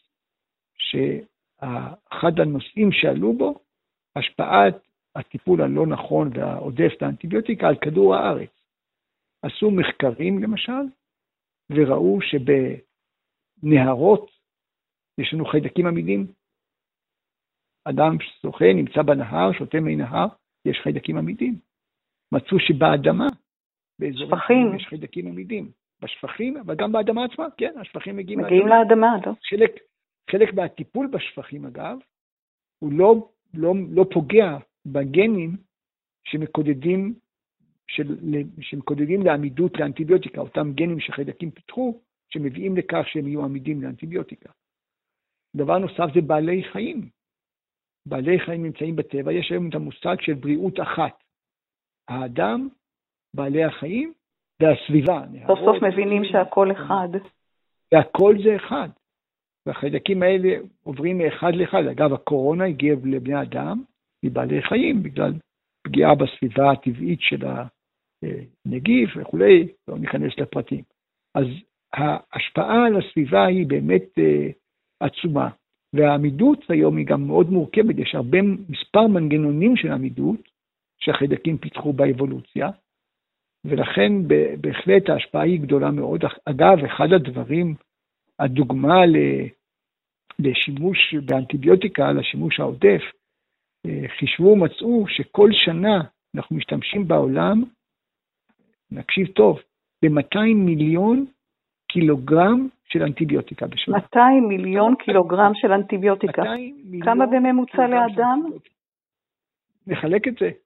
שאחד הנושאים שעלו בו, השפעת הטיפול הלא נכון והעודף לאנטיביוטיקה על כדור הארץ. עשו מחקרים למשל, וראו שבנהרות יש לנו חיידקים עמידים. אדם שוחה, נמצא בנהר, שותה מי נהר, יש חיידקים עמידים. מצאו שבאדמה, באזורים יש חיידקים עמידים. בשפכים, אבל גם באדמה עצמה, כן, השפכים מגיעים, מגיעים לאדמה. לא? חלק, חלק מהטיפול בשפכים, אגב, הוא לא, לא, לא פוגע בגנים שמקודדים, של, שמקודדים לעמידות לאנטיביוטיקה, אותם גנים שחיידקים פיתחו, שמביאים לכך שהם יהיו עמידים לאנטיביוטיקה. דבר נוסף זה בעלי חיים. בעלי חיים נמצאים בטבע, יש היום את המושג של בריאות אחת. האדם, בעלי החיים והסביבה. סוף סוף מבינים שהכל אחד. והכל זה אחד. והחיידקים האלה עוברים מאחד לאחד. אגב, הקורונה הגיעה לבני אדם מבעלי חיים, בגלל פגיעה בסביבה הטבעית של הנגיף וכולי, לא ניכנס לפרטים. אז ההשפעה על הסביבה היא באמת עצומה. והעמידות היום היא גם מאוד מורכבת, יש הרבה מספר מנגנונים של עמידות, שהחיידקים פיתחו באבולוציה, ולכן בהחלט ההשפעה היא גדולה מאוד. אגב, אחד הדברים, הדוגמה לשימוש באנטיביוטיקה, לשימוש העודף, חישבו ומצאו שכל שנה אנחנו משתמשים בעולם, נקשיב טוב, ב-מאתיים מיליון קילוגרם של אנטיביוטיקה בשנה. מאתיים מיליון קילוגרם של אנטיביוטיקה. כמה בממוצע לאדם? נחלק את זה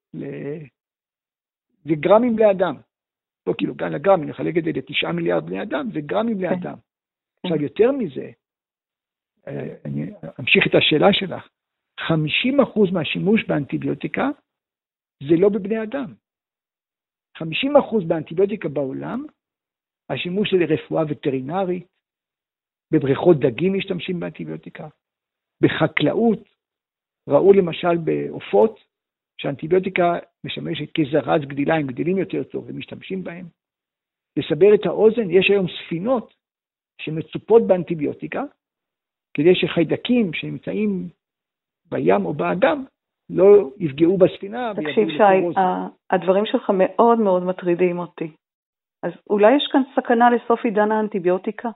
לגרמים לאדם. לא קילוגרם לגרם, נחלק את זה לתשעה מיליארד בני אדם, זה גרמים לאדם. עכשיו יותר מזה, אני אמשיך את השאלה שלך, חמישים אחוז מהשימוש באנטיביוטיקה זה לא בבני אדם. חמישים אחוז באנטיביוטיקה בעולם, השימוש זה לרפואה וטרינרית, בבריכות דגים משתמשים באנטיביוטיקה, בחקלאות, ראו למשל בעופות, שהאנטיביוטיקה משמשת כזרז גדילה, הם גדילים יותר טוב ומשתמשים בהם. לסבר את האוזן, יש היום ספינות שמצופות באנטיביוטיקה, כדי שחיידקים שנמצאים בים או באגם, לא יפגעו בספינה. תקשיב שי, הדברים שלך מאוד מאוד מטרידים אותי. אז אולי יש כאן סכנה לסוף עידן האנטיביוטיקה?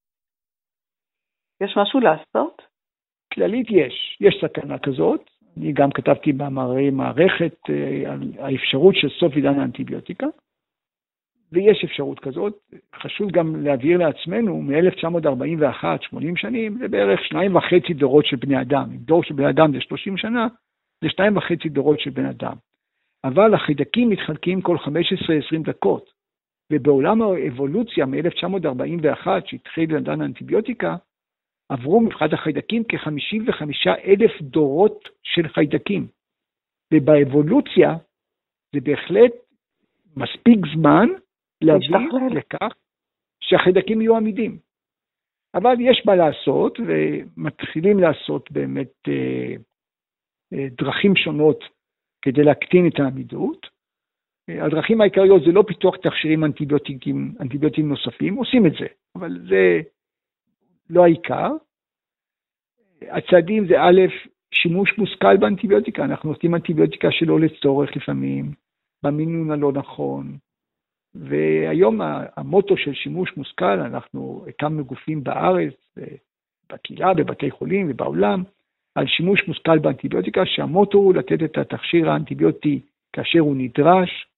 יש משהו לעשות? כללית יש, יש סכנה כזאת. אני גם כתבתי במאמרי מערכת על האפשרות של סוף עידן האנטיביוטיקה, ויש אפשרות כזאת. חשוב גם להבהיר לעצמנו, מ-אלף תשע מאות ארבעים ואחת, שמונים שנים, זה בערך שניים וחצי דורות של בני אדם. אם דור של בני אדם זה שלושים שנה, זה שניים וחצי דורות של בני אדם. אבל החיידקים מתחלקים כל חמש עשרה עשרים דקות, ובעולם האבולוציה מ-אלף תשע מאות ארבעים ואחת, שהתחיל עידן האנטיביוטיקה, עברו מבחינת החיידקים כ-חמישים וחמישה אלף דורות של חיידקים. ובאבולוציה זה בהחלט מספיק זמן להביא לכך שהחיידקים יהיו עמידים. אבל יש מה לעשות, ומתחילים לעשות באמת אה, אה, דרכים שונות כדי להקטין את העמידות. אה, הדרכים העיקריות זה לא פיתוח תכשירים אנטיביוטיים, אנטיביוטיים נוספים, עושים את זה, אבל זה לא העיקר. הצעדים זה א', שימוש מושכל באנטיביוטיקה, אנחנו עושים אנטיביוטיקה שלא לצורך לפעמים, במינון הלא נכון, והיום המוטו של שימוש מושכל, אנחנו הקמנו גופים בארץ, בקהילה, בבתי חולים ובעולם, על שימוש מושכל באנטיביוטיקה, שהמוטו הוא לתת את התכשיר האנטיביוטי כאשר הוא נדרש,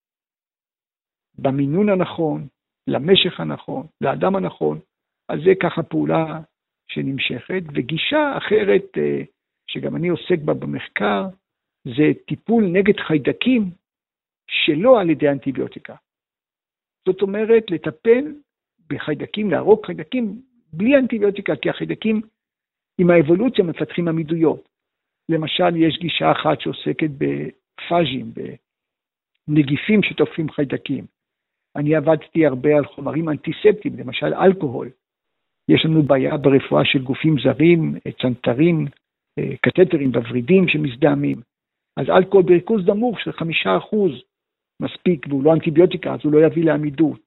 במינון הנכון, למשך הנכון, לאדם הנכון, אז זה ככה פעולה שנמשכת, וגישה אחרת שגם אני עוסק בה במחקר, זה טיפול נגד חיידקים שלא על ידי אנטיביוטיקה. זאת אומרת, לטפל בחיידקים, להרוג חיידקים בלי אנטיביוטיקה, כי החיידקים עם האבולוציה מפתחים עמידויות. למשל, יש גישה אחת שעוסקת בפאז'ים, בנגיפים שתופסים חיידקים. אני עבדתי הרבה על חומרים אנטיספטיים, למשל אלכוהול. יש לנו בעיה ברפואה של גופים זרים, צנתרים, קתטרים בוורידים שמזדהמים. אז אלכוהול בריכוז נמוך של חמישה אחוז מספיק, והוא לא אנטיביוטיקה, אז הוא לא יביא לעמידות.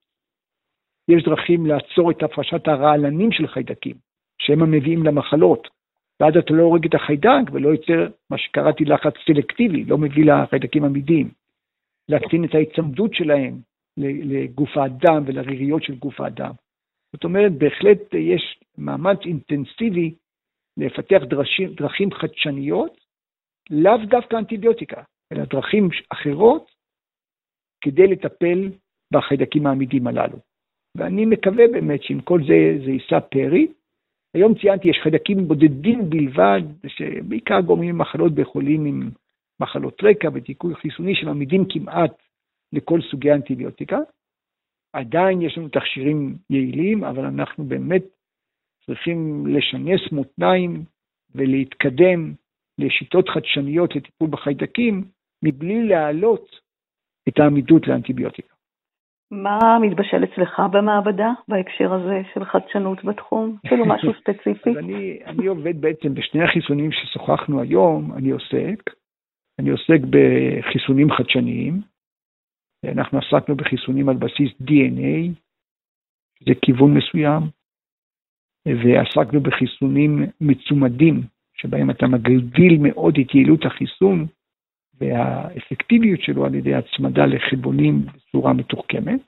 יש דרכים לעצור את הפרשת הרעלנים של חיידקים, שהם המביאים למחלות. ואז אתה לא הורג את החיידק, ולא יוצר מה שקראתי לחץ סלקטיבי, לא מביא לחיידקים עמידים. להקטין את ההצמדות שלהם לגוף האדם ולריריות של גוף האדם. זאת אומרת, בהחלט יש מאמץ אינטנסיבי לפתח דרשים, דרכים חדשניות, לאו דווקא אנטיביוטיקה, אלא דרכים אחרות, כדי לטפל בחיידקים העמידים הללו. ואני מקווה באמת שעם כל זה, זה יישא פרי. היום ציינתי, יש חיידקים בודדים בלבד, שבעיקר גורמים מחלות בחולים עם מחלות רקע ודיכוי חיסוני, שמעמידים כמעט לכל סוגי האנטיביוטיקה. עדיין יש לנו תכשירים יעילים, אבל אנחנו באמת צריכים לשנס מותניים ולהתקדם לשיטות חדשניות לטיפול בחיידקים, מבלי להעלות את העמידות לאנטיביוטיקה. מה מתבשל אצלך במעבדה בהקשר הזה של חדשנות בתחום? כאילו משהו ספציפי? אז אני, אני עובד בעצם בשני החיסונים ששוחחנו היום, אני עוסק, אני עוסק בחיסונים חדשניים, אנחנו עסקנו בחיסונים על בסיס די אן איי, זה כיוון מסוים, ועסקנו בחיסונים מצומדים, שבהם אתה מגדיל מאוד את יעילות החיסון, והאפקטיביות שלו על ידי הצמדה לחלבונים בצורה מתוחכמת.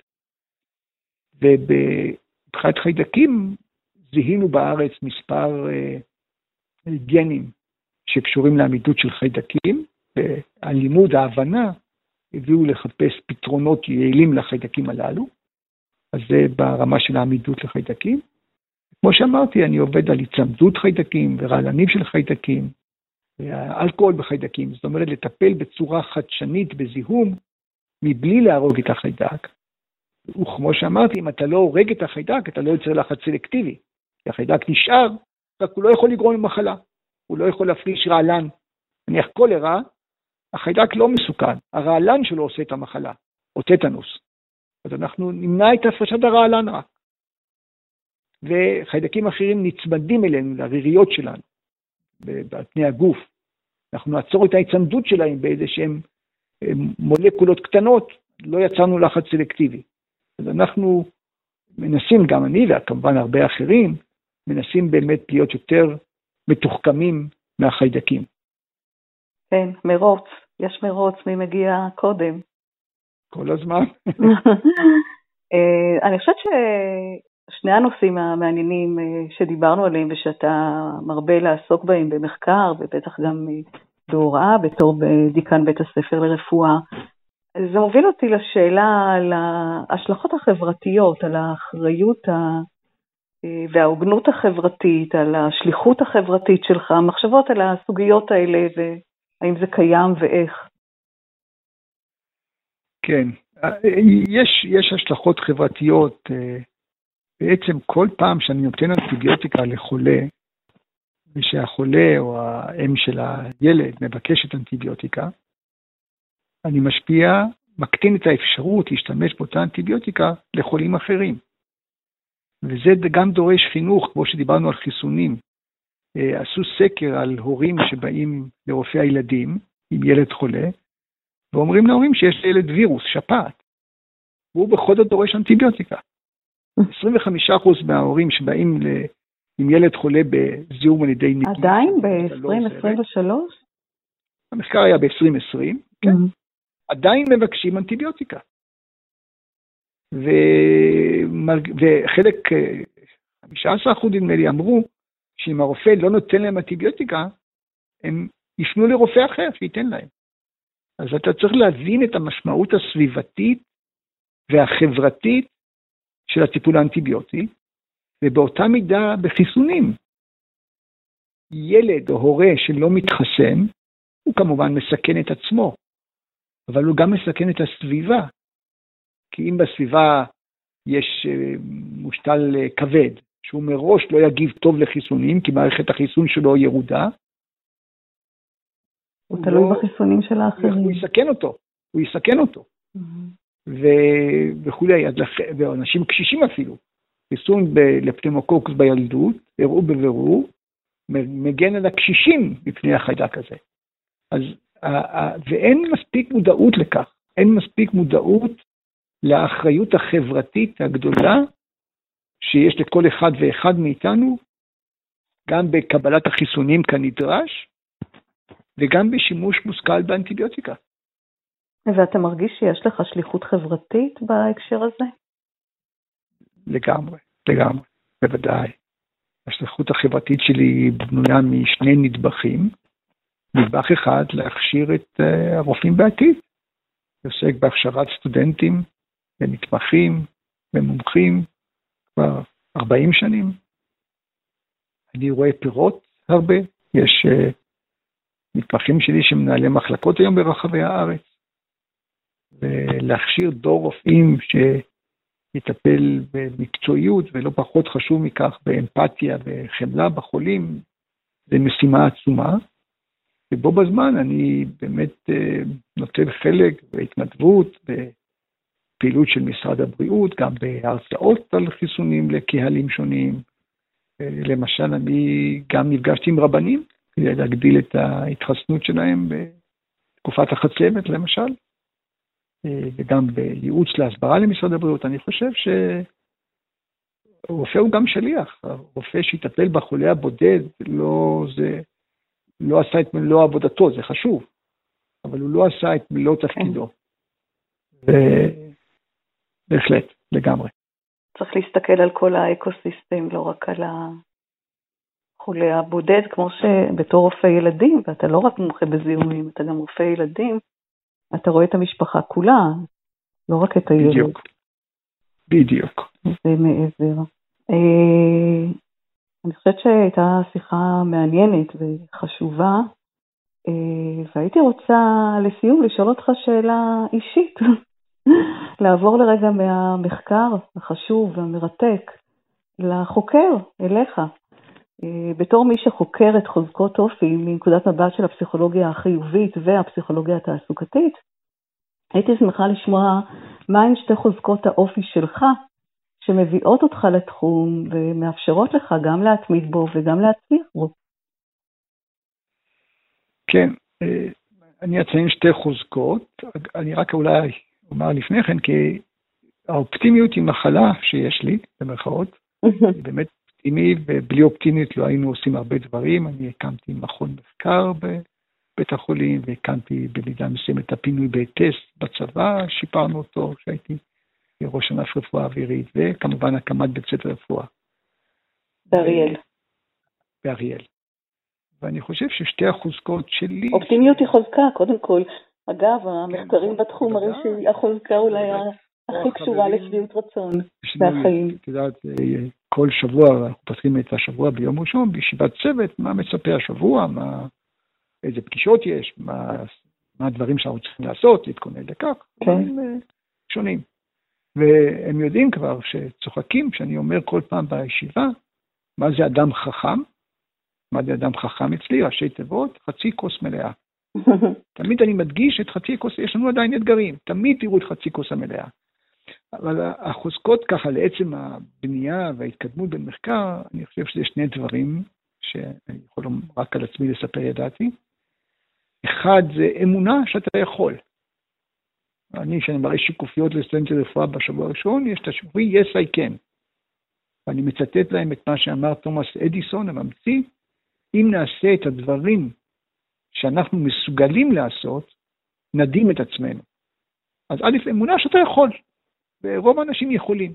ובבחינת חיידקים זיהינו בארץ מספר גנים שקשורים לעמידות של חיידקים, והלימוד, ההבנה, הביאו לחפש פתרונות יעילים לחיידקים הללו, אז זה ברמה של העמידות לחיידקים. כמו שאמרתי, אני עובד על הצמדות חיידקים ורעלנים של חיידקים, והאלכוהול בחיידקים, זאת אומרת לטפל בצורה חדשנית בזיהום, מבלי להרוג את החיידק. וכמו שאמרתי, אם אתה לא הורג את החיידק, אתה לא יוצר לחץ סלקטיבי, כי החיידק נשאר, רק הוא לא יכול לגרום למחלה, הוא לא יכול להפריש רעלן נניח קולרה, החיידק לא מסוכן, הרעלן שלו עושה את המחלה, או טטנוס. אז אנחנו נמנע את הפרשת הרעלן רק. וחיידקים אחרים נצמדים אלינו, לריריות שלנו, בפני הגוף. אנחנו נעצור את ההצמדות שלהם באיזה שהם מולקולות קטנות, לא יצרנו לחץ סלקטיבי. אז אנחנו מנסים, גם אני וכמובן הרבה אחרים, מנסים באמת להיות יותר מתוחכמים מהחיידקים. כן, מרוץ, יש מרוץ, מי מגיע קודם. כל הזמן. אני חושבת ששני הנושאים המעניינים שדיברנו עליהם ושאתה מרבה לעסוק בהם במחקר ובטח גם בהוראה בתור דיקן בית הספר לרפואה, זה מוביל אותי לשאלה על ההשלכות החברתיות, על האחריות וההוגנות החברתית, על השליחות החברתית שלך, מחשבות על הסוגיות האלה והאם זה קיים ואיך. כן, יש, יש השלכות חברתיות. בעצם כל פעם שאני נותן אנטיביוטיקה לחולה, ושהחולה או האם של הילד מבקשת אנטיביוטיקה, אני משפיע, מקטין את האפשרות להשתמש באותה אנטיביוטיקה לחולים אחרים. וזה גם דורש חינוך, כמו שדיברנו על חיסונים. עשו סקר על הורים שבאים לרופא הילדים עם ילד חולה, ואומרים להורים שיש לילד וירוס, שפעת. והוא בכל זאת דורש אנטיביוטיקה. עשרים וחמישה אחוז מההורים שבאים ל... עם ילד חולה בזיהום על ידי נגיף. עדיין ב-עשרים עשרים ושלוש? המחקר היה ב-עשרים עשרים, כן. Mm-hmm. עדיין מבקשים אנטיביוטיקה. ו... וחלק, חמישה עשר אחוז נדמה לי, אמרו שאם הרופא לא נותן להם אנטיביוטיקה, הם יפנו לרופא אחר שייתן להם. אז אתה צריך להבין את המשמעות הסביבתית והחברתית של הטיפול האנטיביוטי, ובאותה מידה בחיסונים. ילד או הורה שלא מתחסן, הוא כמובן מסכן את עצמו, אבל הוא גם מסכן את הסביבה. כי אם בסביבה יש מושתל כבד, שהוא מראש לא יגיב טוב לחיסונים, כי מערכת החיסון שלו ירודה, הוא תלוי לא, בחיסונים של האחרים. הוא יסכן אותו, הוא יסכן אותו. Mm-hmm. וכולי, ואנשים קשישים אפילו, חיסון לפנומוקוקוס בילדות, הראו בבירור, מגן על הקשישים מפני החיידק הזה. אז, ואין מספיק מודעות לכך, אין מספיק מודעות לאחריות החברתית הגדולה שיש לכל אחד ואחד מאיתנו, גם בקבלת החיסונים כנדרש, וגם בשימוש מושכל באנטיביוטיקה. ואתה מרגיש שיש לך שליחות חברתית בהקשר הזה? לגמרי, לגמרי, בוודאי. השליחות החברתית שלי בנויה משני נדבכים. נדבך אחד, להכשיר את uh, הרופאים בעתיד. עוסק בהכשרת סטודנטים ומתמחים ומומחים כבר ארבעים שנים. אני רואה פירות הרבה. יש uh, מתמחים שלי שמנהלי מחלקות היום ברחבי הארץ. ולהכשיר דור רופאים שיטפל במקצועיות, ולא פחות חשוב מכך באמפתיה וחמלה בחולים, זה משימה עצומה. ובו בזמן אני באמת נוטל חלק בהתנדבות, בפעילות של משרד הבריאות, גם בהרצאות על חיסונים לקהלים שונים. למשל, אני גם נפגשתי עם רבנים, כדי להגדיל את ההתחסנות שלהם בתקופת החצבת, למשל. וגם בייעוץ להסברה למשרד הבריאות. אני חושב שרופא הוא גם שליח. הרופא שיטפל בחולה הבודד, לא, זה, לא עשה את מלוא עבודתו, זה חשוב, אבל הוא לא עשה את מלוא תפקידו. ובהחלט, לגמרי. צריך להסתכל על כל האקוסיסטם, לא רק על החולה הבודד, כמו שבתור רופא ילדים, ואתה לא רק מומחה בזיהומים, אתה גם רופא ילדים, אתה רואה את המשפחה כולה, לא רק את הילד. בדיוק. בדיוק. זה מעבר. אה, אני חושבת שהייתה שיחה מעניינת וחשובה, אה, והייתי רוצה לסיום לשאול אותך שאלה אישית. לעבור לרגע מהמחקר החשוב והמרתק לחוקר, אליך. בתור מי שחוקר את חוזקות אופי מנקודת מבט של הפסיכולוגיה החיובית והפסיכולוגיה התעסוקתית, הייתי שמחה לשמוע מהן שתי חוזקות האופי שלך שמביאות אותך לתחום ומאפשרות לך גם להתמיד בו וגם להצליח בו. כן, אני אציין שתי חוזקות. אני רק אולי אומר לפני כן, כי האופטימיות היא מחלה שיש לי, במרכאות. אני באמת אופטימי, ובלי אופטימיות לא היינו עושים הרבה דברים. אני הקמתי מכון מחקר בבית החולים, והקמתי במידה מסוימת את הפינוי בטסט בצבא, שיפרנו אותו כשהייתי ראש ענף רפואה אווירית, וכמובן הקמת בית ספר רפואה. באריאל. באריאל. ואני חושב ששתי החוזקות שלי... אופטימיות היא חוזקה, קודם כל. אגב, המחקרים בתחום מראים שהיא החוזקה אולי הכי קשורה לשביעות רצון מהחיים. את יודעת, כל שבוע, אנחנו פותחים את השבוע ביום ראשון, בישיבת צוות, מה מצפה השבוע, איזה פגישות יש, מה הדברים שאנחנו צריכים לעשות, להתכונן לכך, דברים שונים. והם יודעים כבר שצוחקים, שאני אומר כל פעם בישיבה, מה זה אדם חכם? מה זה אדם חכם אצלי? ראשי תיבות, חצי כוס מלאה. תמיד אני מדגיש את חצי כוס, יש לנו עדיין אתגרים, תמיד תראו את חצי כוס המלאה. אבל החוזקות ככה לעצם הבנייה וההתקדמות במחקר, אני חושב שזה שני דברים שאני יכול רק על עצמי לספר ידעתי. אחד זה אמונה שאתה יכול. אני, שאני מראה שיקופיות לסטודנטים רפואה בשבוע הראשון, יש את השיקופי, yes I can. ואני מצטט להם את מה שאמר תומאס אדיסון, הממציא, אם נעשה את הדברים שאנחנו מסוגלים לעשות, נדים את עצמנו. אז א', אמונה שאתה יכול, ורוב האנשים יכולים.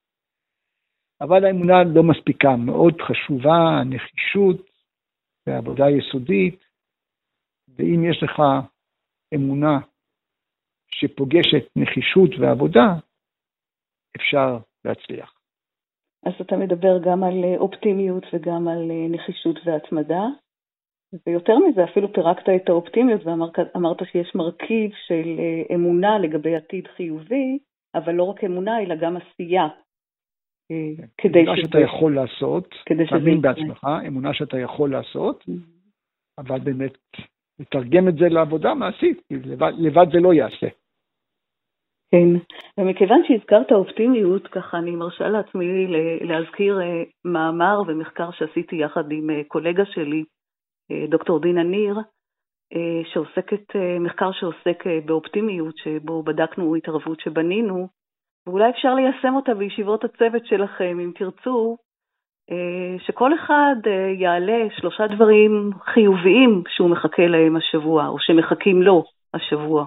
אבל האמונה לא מספיקה, מאוד חשובה, נחישות ועבודה יסודית, ואם יש לך אמונה שפוגשת נחישות ועבודה, אפשר להצליח. אז אתה מדבר גם על אופטימיות וגם על נחישות והתמדה, ויותר מזה אפילו פירקת את האופטימיות ואמרת שיש מרכיב של אמונה לגבי עתיד חיובי, אבל לא רק אמונה אלא גם עשייה. כדי אמונה שאתה יכול לעשות, תאמין בעצמך, אמונה שאתה יכול לעשות, אבל באמת לתרגם את זה לעבודה מעשית, לבד זה לא יעשה. כן, ומכיוון שהזכרת אופטימיות, ככה אני מרשה לעצמי להזכיר מאמר ומחקר שעשיתי יחד עם קולגה שלי, דוקטור דינה ניר, שעוסקת, מחקר שעוסק באופטימיות, שבו בדקנו התערבות שבנינו, ואולי אפשר ליישם אותה בישיבות הצוות שלכם, אם תרצו, שכל אחד יעלה שלושה דברים חיוביים שהוא מחכה להם השבוע, או שמחכים לו השבוע.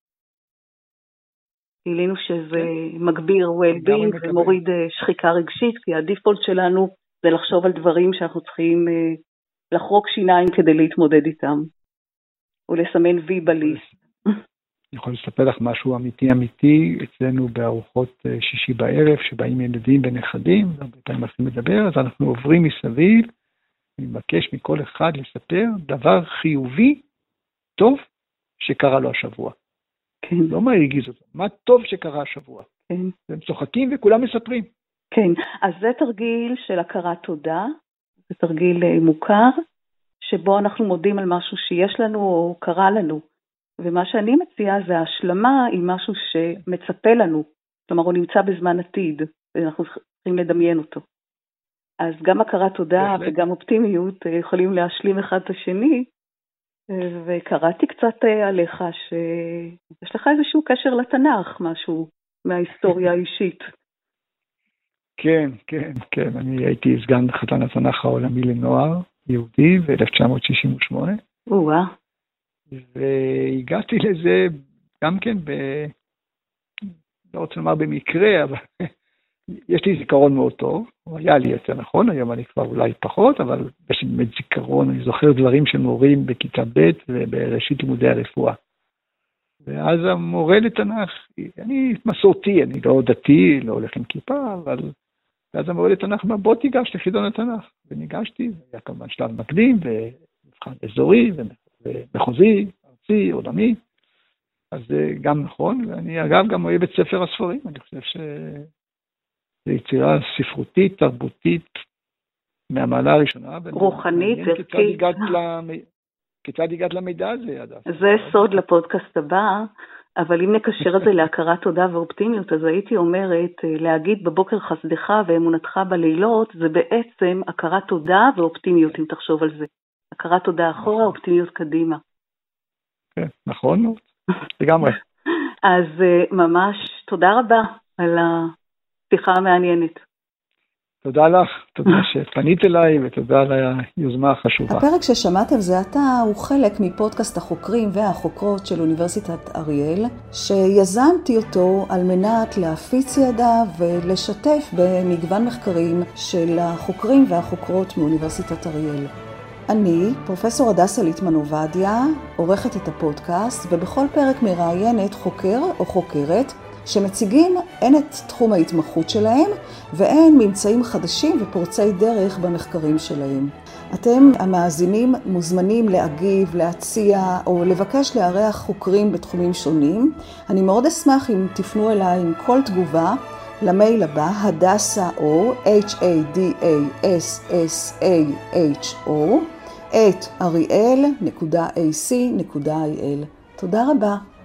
גילינו שזה מגביר well-being ומוריד שחיקה רגשית, כי הדיפולט שלנו זה לחשוב על דברים שאנחנו צריכים לחרוק שיניים כדי להתמודד איתם, או לסמן וי בליסט. אני יכול לספר לך משהו אמיתי אמיתי, אצלנו בארוחות שישי בערב, שבאים ילדים ונכדים, והרבה פעמים מתחילים לדבר, אז אנחנו עוברים מסביב, אני מבקש מכל אחד לספר דבר חיובי, טוב, שקרה לו השבוע. כן. לא מה הרגיז אותו, מה טוב שקרה השבוע. כן. והם צוחקים וכולם מספרים. כן, אז זה תרגיל של הכרת תודה, זה תרגיל מוכר, שבו אנחנו מודים על משהו שיש לנו או קרה לנו. ומה שאני מציעה זה השלמה עם משהו שמצפה לנו. כלומר, הוא נמצא בזמן עתיד, ואנחנו צריכים לדמיין אותו. אז גם הכרת תודה וגם אופטימיות יכולים להשלים אחד את השני, וקראתי קצת עליך שיש לך איזשהו קשר לתנ"ך, משהו מההיסטוריה האישית. כן, כן, כן. אני הייתי סגן חתן התנ"ך העולמי לנוער יהודי ב-אלף תשע מאות שישים ושמונה. וואה. והגעתי לזה גם כן ב... לא רוצה לומר במקרה, אבל יש לי זיכרון מאוד טוב. הוא היה לי יותר נכון, היום אני כבר אולי פחות, אבל יש לי באמת זיכרון, אני זוכר דברים של מורים בכיתה ב' ובראשית לימודי הרפואה. ואז המורה לתנ"ך, אני מסורתי, אני לא דתי, לא הולך עם כיפה, אבל... ואז המורה לתנ"ך אמר, בוא תיגש לחידון התנ"ך. וניגשתי, היה כמובן שלב מקדים, ומבחן אזורי, ומחוזי, ארצי, עולמי. אז זה גם נכון, ואני אגב גם אוהב את ספר הספרים, אני חושב שזה יצירה ספרותית, תרבותית, מהמעלה הראשונה. רוחנית, ערכית. כיצד הגעת, למ... כיצד הגעת למידע הזה, הדס? זה סוד לפודקאסט הבא, אבל אם נקשר את זה להכרת תודה ואופטימיות, אז הייתי אומרת, להגיד בבוקר חסדך ואמונתך בלילות, זה בעצם הכרת תודה ואופטימיות, אם תחשוב על זה. הכרת תודה אחורה, אופטימיות קדימה. כן, נכון, לגמרי. אז ממש תודה רבה על השיחה המעניינת. תודה לך, תודה שפנית אליי ותודה על היוזמה החשובה. הפרק ששמעתם זה עתה הוא חלק מפודקאסט החוקרים והחוקרות של אוניברסיטת אריאל, שיזמתי אותו על מנת להפיץ ידע ולשתף במגוון מחקרים של החוקרים והחוקרות מאוניברסיטת אריאל. אני, פרופסור הדסה ליטמן עובדיה, עורכת את הפודקאסט, ובכל פרק מראיינת חוקר או חוקרת שמציגים הן את תחום ההתמחות שלהם והן ממצאים חדשים ופורצי דרך במחקרים שלהם. אתם, המאזינים, מוזמנים להגיב, להציע או לבקש לארח חוקרים בתחומים שונים. אני מאוד אשמח אם תפנו אליי עם כל תגובה למייל הבא, הדסה או h a d a s s a h o at ariel נקודה a c נקודה i l. תודה רבה.